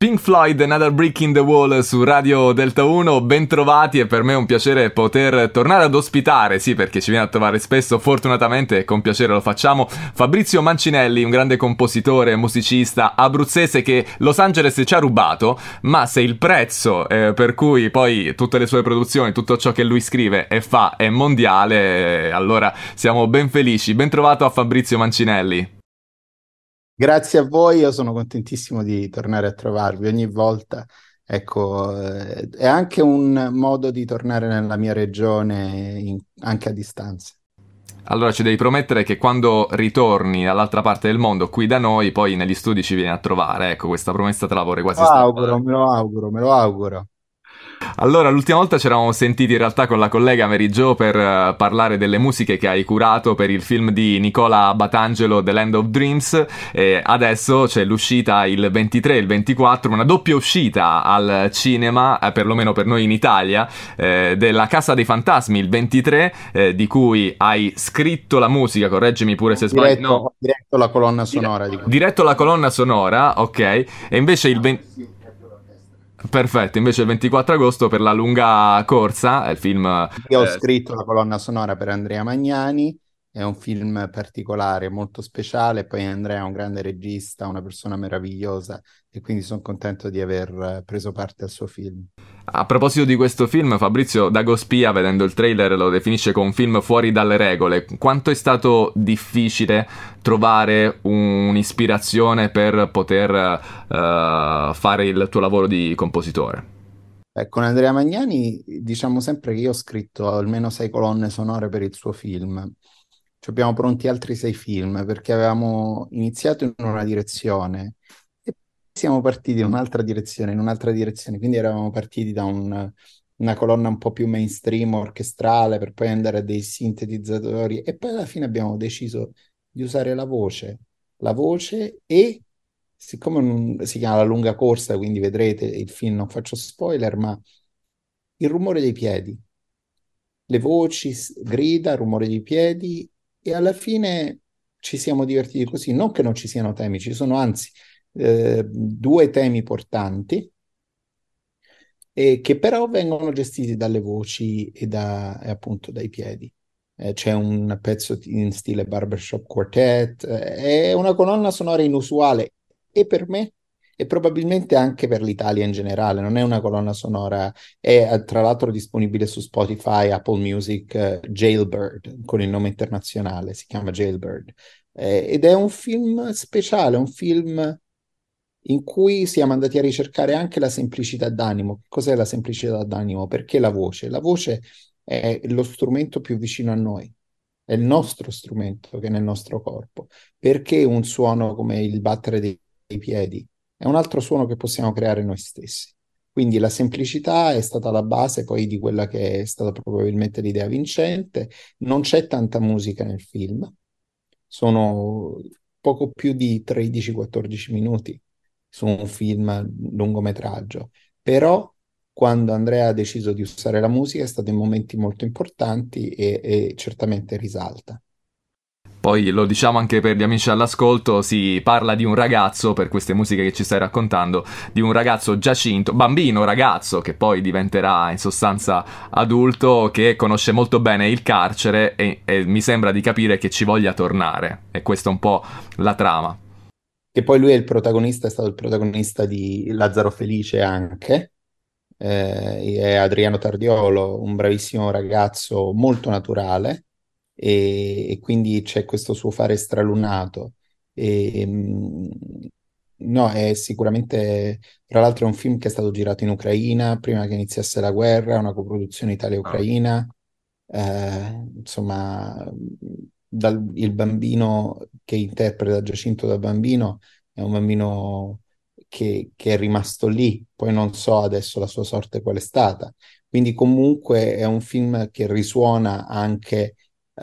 Pink Floyd, Another Brick in the Wall su Radio Delta 1, bentrovati, e per me è un piacere poter tornare ad ospitare, sì, perché ci viene a trovare spesso, fortunatamente, e con piacere lo facciamo, Fabrizio Mancinelli, un grande compositore, musicista abruzzese che Los Angeles ci ha rubato, ma se il prezzo per cui poi tutte le sue produzioni, tutto ciò che lui scrive e fa è mondiale, allora siamo ben felici. Ben trovato a Fabrizio Mancinelli. Grazie a voi, io sono contentissimo di tornare a trovarvi ogni volta. Ecco, è anche un modo di tornare nella mia regione anche a distanza. Allora ci devi promettere che quando ritorni dall'altra parte del mondo, qui da noi, poi negli studi ci vieni a trovare. Ecco, questa promessa te la vorrei Me quasi lo auguro, strappare. me lo auguro, me lo auguro. Allora, l'ultima volta ci eravamo sentiti in realtà con la collega Mary Jo per parlare delle musiche che hai curato per il film di Nicola Batangelo, The Land of Dreams, e adesso c'è l'uscita il 23 e il 24, una doppia uscita al cinema, perlomeno per noi in Italia, della Casa dei Fantasmi, il 23, di cui hai scritto la musica, correggimi pure se sbaglio, no, Ho diretto la colonna sonora di questo. diretto la colonna sonora, ok, e invece il 20... Perfetto, invece il 24 agosto per la lunga corsa, è il film... Io ho scritto la colonna sonora per Andrea Magnani, è un film particolare, molto speciale, poi Andrea è un grande regista, una persona meravigliosa e quindi sono contento di aver preso parte al suo film. A proposito di questo film, Fabrizio Dagospia, vedendo il trailer, lo definisce come un film fuori dalle regole. Quanto è stato difficile trovare un'ispirazione per poter fare il tuo lavoro di compositore? Con Andrea Magnani diciamo sempre che io ho scritto almeno 6 colonne sonore per il suo film. Ci abbiamo pronti altri 6 film perché avevamo iniziato in una direzione e siamo partiti in un'altra direzione. Quindi eravamo partiti da una colonna un po' più mainstream, orchestrale, per poi andare a dei sintetizzatori e poi alla fine abbiamo deciso di usare la voce e siccome si chiama La lunga corsa, quindi vedrete il film, non faccio spoiler, ma il rumore dei piedi, le voci, grida, rumore dei piedi e alla fine ci siamo divertiti così. Non che non ci siano temi, ci sono anzi 2 temi portanti e che però vengono gestiti dalle voci e appunto dai piedi. C'è un pezzo in stile barbershop quartet, è una colonna sonora inusuale e per me e probabilmente anche per l'Italia in generale. Non è una colonna sonora, è tra l'altro disponibile su Spotify, Apple Music, Jailbird, con il nome internazionale, si chiama Jailbird. Ed è un film speciale, un film in cui siamo andati a ricercare anche la semplicità d'animo. Cos'è la semplicità d'animo? Perché la voce? La voce è lo strumento più vicino a noi, è il nostro strumento che è nel nostro corpo. Perché un suono come il battere dei piedi è un altro suono che possiamo creare noi stessi. Quindi la semplicità è stata la base poi di quella che è stata probabilmente l'idea vincente. Non c'è tanta musica nel film, sono poco più di 13-14 minuti su un film lungometraggio, però quando Andrea ha deciso di usare la musica è stato in momenti molto importanti e certamente risalta. Poi lo diciamo anche per gli amici all'ascolto, si parla di un ragazzo, per queste musiche che ci stai raccontando, di un ragazzo Giacinto, bambino ragazzo, che poi diventerà in sostanza adulto, che conosce molto bene il carcere e mi sembra di capire che ci voglia tornare. E questa è un po' la trama. Che poi lui è il protagonista, è stato il protagonista di Lazzaro Felice anche, è Adriano Tardiolo, un bravissimo ragazzo molto naturale e quindi c'è questo suo fare stralunato. E, no, è sicuramente, tra l'altro è un film che è stato girato in Ucraina prima che iniziasse la guerra, una coproduzione Italia-Ucraina. Insomma, il bambino che interpreta Giacinto da bambino è un bambino che è rimasto lì, poi non so adesso la sua sorte qual è stata. Quindi comunque è un film che risuona anche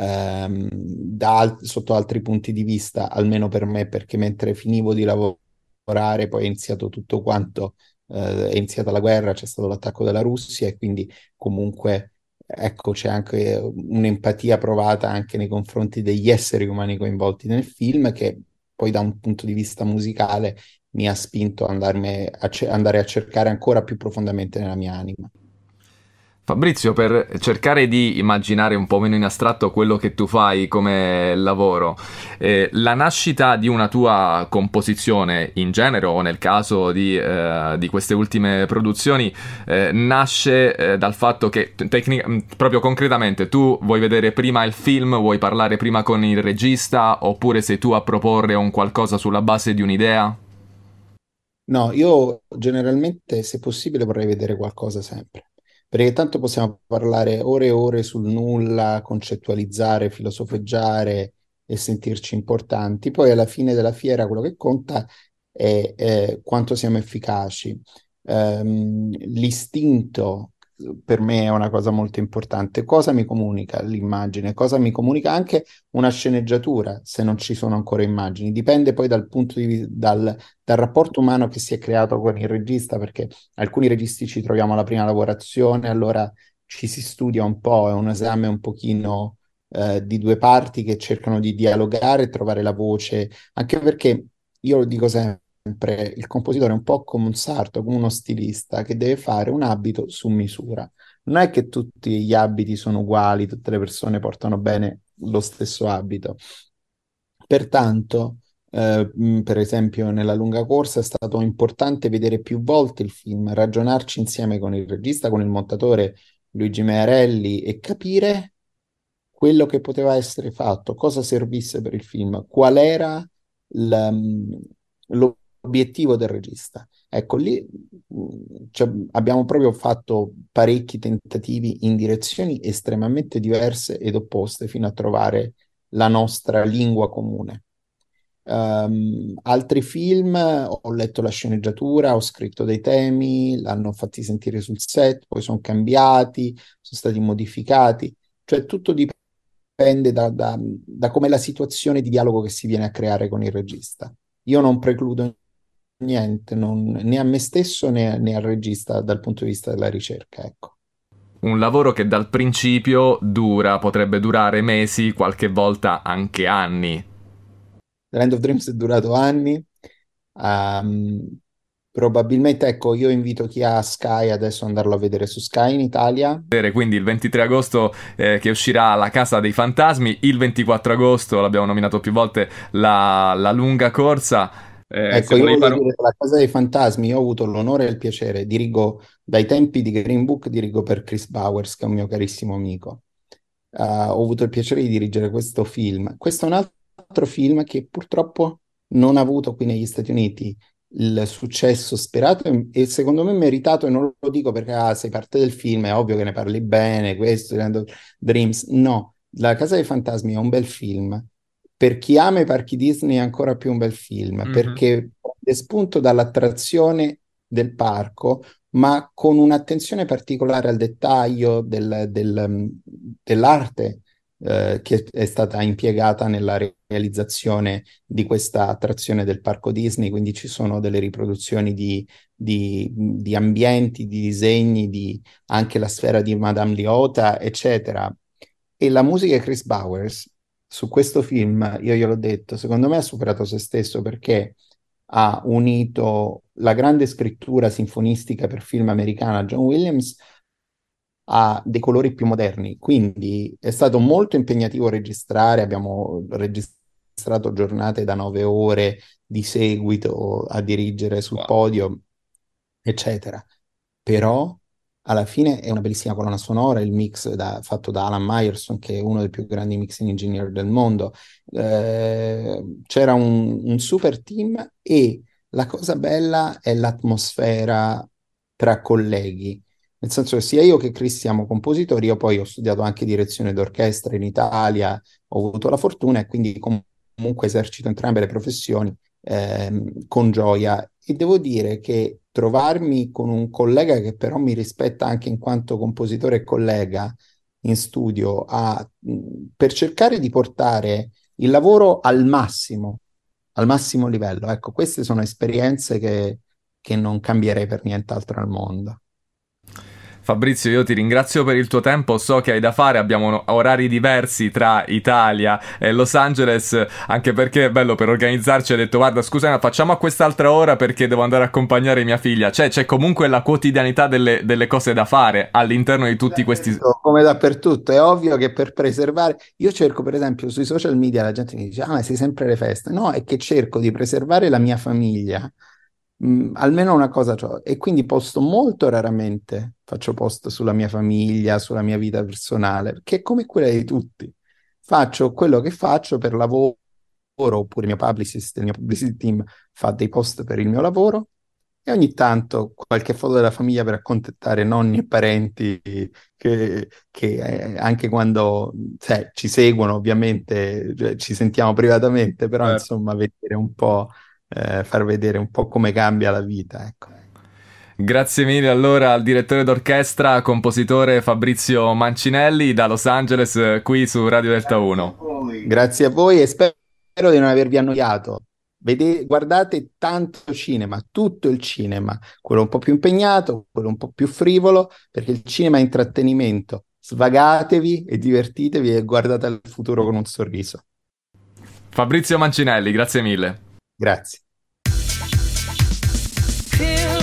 sotto altri punti di vista, almeno per me, perché mentre finivo di lavorare, poi è iniziato tutto quanto, è iniziata la guerra, c'è stato l'attacco della Russia e quindi comunque ecco, c'è anche un'empatia provata anche nei confronti degli esseri umani coinvolti nel film, che poi da un punto di vista musicale mi ha spinto ad andare a cercare ancora più profondamente nella mia anima. Fabrizio, per cercare di immaginare un po' meno in astratto quello che tu fai come lavoro, la nascita di una tua composizione in genere o nel caso di queste ultime produzioni nasce dal fatto che proprio concretamente tu vuoi vedere prima il film, vuoi parlare prima con il regista oppure sei tu a proporre un qualcosa sulla base di un'idea? No, io generalmente, se possibile, vorrei vedere qualcosa sempre, perché tanto possiamo parlare ore e ore sul nulla, concettualizzare, filosofeggiare e sentirci importanti. Poi alla fine della fiera quello che conta è quanto siamo efficaci. L'istinto per me è una cosa molto importante. Cosa mi comunica l'immagine? Cosa mi comunica anche una sceneggiatura, se non ci sono ancora immagini? Dipende poi dal punto di vista, dal rapporto umano che si è creato con il regista, perché alcuni registi ci troviamo alla prima lavorazione, allora ci si studia un po', è un esame un pochino di due parti che cercano di dialogare e trovare la voce, anche perché io lo dico sempre, il compositore è un po' come un sarto, come uno stilista che deve fare un abito su misura. Non è che tutti gli abiti sono uguali, tutte le persone portano bene lo stesso abito. Pertanto, per esempio, nella lunga corsa è stato importante vedere più volte il film, ragionarci insieme con il regista, con il montatore Luigi Mearelli e capire quello che poteva essere fatto, cosa servisse per il film, qual era l- l'obiettivo del regista. Ecco, lì abbiamo proprio fatto parecchi tentativi in direzioni estremamente diverse ed opposte fino a trovare la nostra lingua comune. Altri film, ho letto la sceneggiatura, ho scritto dei temi, l'hanno fatti sentire sul set, poi sono cambiati, sono stati modificati, cioè tutto dipende da com'è la situazione di dialogo che si viene a creare con il regista. Io non precludo niente, né a me stesso né al regista dal punto di vista della ricerca, ecco. Un lavoro che dal principio dura, potrebbe durare mesi, qualche volta anche anni. The Land of Dreams è durato anni. Ehm, Probabilmente, ecco, io invito chi ha Sky adesso ad andarlo a vedere su Sky in Italia. Quindi il 23 agosto che uscirà La Casa dei Fantasmi, il 24 agosto l'abbiamo nominato più volte la lunga corsa. Se Ecco, io volevi voglio fare dire che la Casa dei Fantasmi, io ho avuto l'onore e il piacere, dirigo dai tempi di Green Book, dirigo per Chris Bowers, che è un mio carissimo amico. Ho avuto il piacere di dirigere questo film. Questo è un altro film che purtroppo non ha avuto qui negli Stati Uniti il successo sperato e secondo me meritato, e non lo dico perché sei parte del film, è ovvio che ne parli bene, questo, Land of Dreams. No, La Casa dei Fantasmi è un bel film. Per chi ama i parchi Disney è ancora più un bel film, Mhm. perché prende spunto dall'attrazione del parco, ma con un'attenzione particolare al dettaglio dell'arte che è stata impiegata nella realizzazione di questa attrazione del parco Disney, quindi ci sono delle riproduzioni di ambienti, di disegni, di anche la sfera di Madame Leota, eccetera. E la musica di Chris Bowers su questo film, io gliel'ho detto, secondo me ha superato se stesso perché ha unito la grande scrittura sinfonistica per film americana John Williams a dei colori più moderni. Quindi è stato molto impegnativo registrare, abbiamo registrato giornate da 9 ore di seguito a dirigere sul Wow. podio, eccetera. Però alla fine è una bellissima colonna sonora, il mix fatto da Alan Meyerson, che è uno dei più grandi mixing engineer del mondo. C'era un super team e la cosa bella è l'atmosfera tra colleghi. Nel senso che sia io che Chris siamo compositori, io poi ho studiato anche direzione d'orchestra in Italia, ho avuto la fortuna e quindi comunque esercito entrambe le professioni con gioia. E devo dire che trovarmi con un collega che però mi rispetta anche in quanto compositore e collega in studio per cercare di portare il lavoro al massimo livello. Ecco, queste sono esperienze che non cambierei per nient'altro al mondo. Fabrizio, io ti ringrazio per il tuo tempo, so che hai da fare, abbiamo orari diversi tra Italia e Los Angeles, anche perché è bello per organizzarci, ho detto guarda scusa ma facciamo a quest'altra ora perché devo andare a accompagnare mia figlia, cioè c'è comunque la quotidianità delle cose da fare all'interno di tutti questi... Certo, come dappertutto, è ovvio che per preservare, io cerco per esempio sui social media la gente mi dice, ah, ma sei sempre alle feste. No, è che cerco di preservare la mia famiglia. Almeno una cosa c'ho. E quindi posto molto raramente, faccio post sulla mia famiglia, sulla mia vita personale, che è come quella di tutti. Faccio quello che faccio per lavoro, oppure il mio publicity team fa dei post per il mio lavoro, e ogni tanto qualche foto della famiglia per accontentare nonni e parenti che anche quando sai, ci seguono, ovviamente, cioè, ci sentiamo privatamente, però insomma vedere un po', far vedere un po' come cambia la vita, ecco. Grazie mille allora al direttore d'orchestra, compositore Fabrizio Mancinelli da Los Angeles, qui su Radio Delta 1. Grazie a voi e spero di non avervi annoiato. Guardate tanto cinema, tutto il cinema, quello un po' più impegnato, quello un po' più frivolo, perché il cinema è intrattenimento. Svagatevi e divertitevi e guardate al futuro con un sorriso. Fabrizio Mancinelli, grazie mille. Grazie.